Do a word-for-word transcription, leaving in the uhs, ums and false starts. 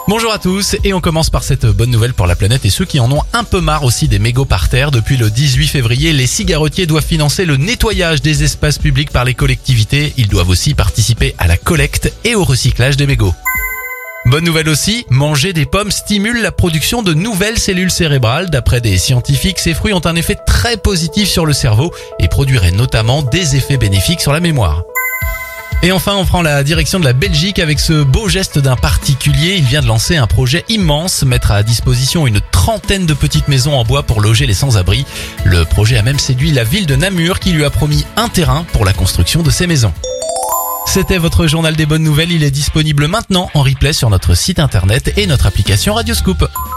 Bonjour à tous, et on commence par cette bonne nouvelle pour la planète et ceux qui en ont un peu marre aussi des mégots par terre. Depuis le dix-huit février, les cigarettiers doivent financer le nettoyage des espaces publics par les collectivités. Ils doivent aussi participer à la collecte et au recyclage des mégots. Bonne nouvelle aussi, manger des pommes stimule la production de nouvelles cellules cérébrales. D'après des scientifiques, ces fruits ont un effet très positif sur le cerveau et produiraient notamment des effets bénéfiques sur la mémoire. Et enfin, on prend la direction de la Belgique avec ce beau geste d'un particulier. Il vient de lancer un projet immense, mettre à disposition une trentaine de petites maisons en bois pour loger les sans-abri. Le projet a même séduit la ville de Namur qui lui a promis un terrain pour la construction de ces maisons. C'était votre journal des bonnes nouvelles. Il est disponible maintenant en replay sur notre site internet et notre application Radioscoop.